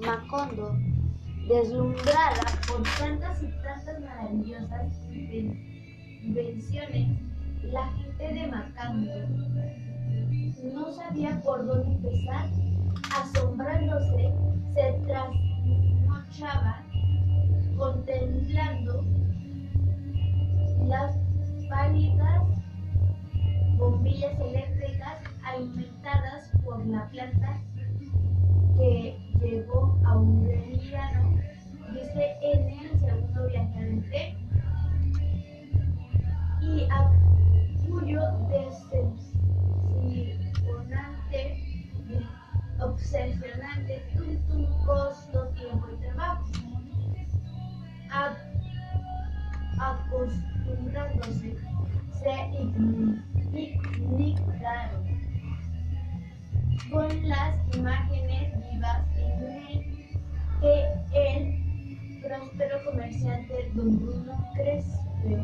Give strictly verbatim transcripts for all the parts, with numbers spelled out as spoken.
Macondo, deslumbrada por tantas y tantas maravillosas invenciones, la gente de Macondo no sabía por dónde empezar. Asombrándose, se trasnochaba contemplando las pálidas bombillas eléctricas alimentadas por la planta que llevó a Aureliano, dice en el segundo viaje al tren, y a cuyo decepcionante, obsesionante tum tum costo, tiempo y trabajo. A, acostumbrándose, se indignaron con las imágenes vivas que el próspero comerciante don Bruno Crespo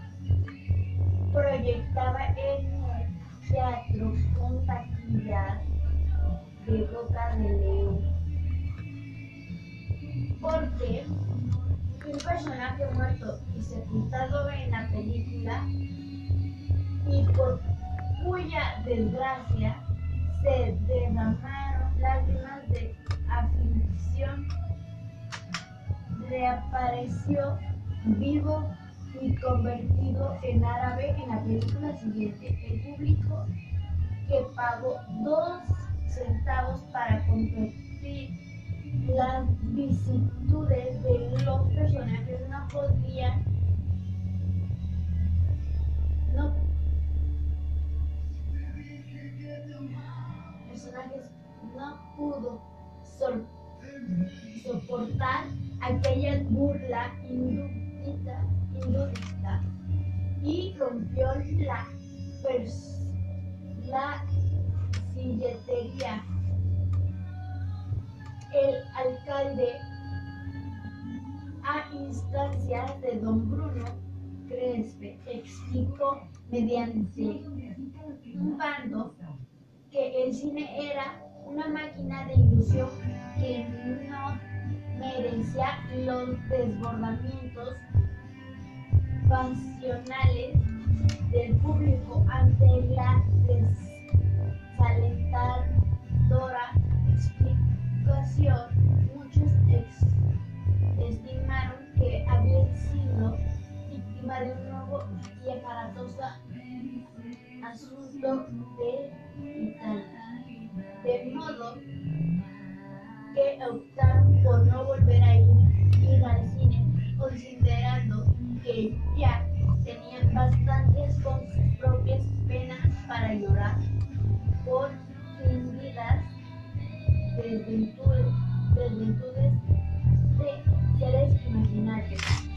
proyectaba en el teatro con taquillas de boca de león. Porque un personaje muerto y sepultado en la película, y por cuya desgracia se derramaron lágrimas de aflicción, reapareció vivo y convertido en árabe en la película siguiente. El público, que pagó dos centavos para compartir las vicisitudes de los personajes, no podían no personajes no pudo so- soportar aquella burla indúbita, indúbita y rompió la, pers- la silletería. El alcalde, a instancias de don Bruno Crespo, explicó mediante un bando que el cine era una máquina de ilusión que no merecía los desbordamientos pasionales del público. Ante la desalentadora explicación, muchos ex- estimaron que había sido víctima de un nuevo y aparatoso asunto de Italia, de modo que optaron por no volver a ir, ir al cine, considerando que ya tenían bastantes con sus propias penas para llorar por fingidas desventuras, desventuras de seres imaginarios.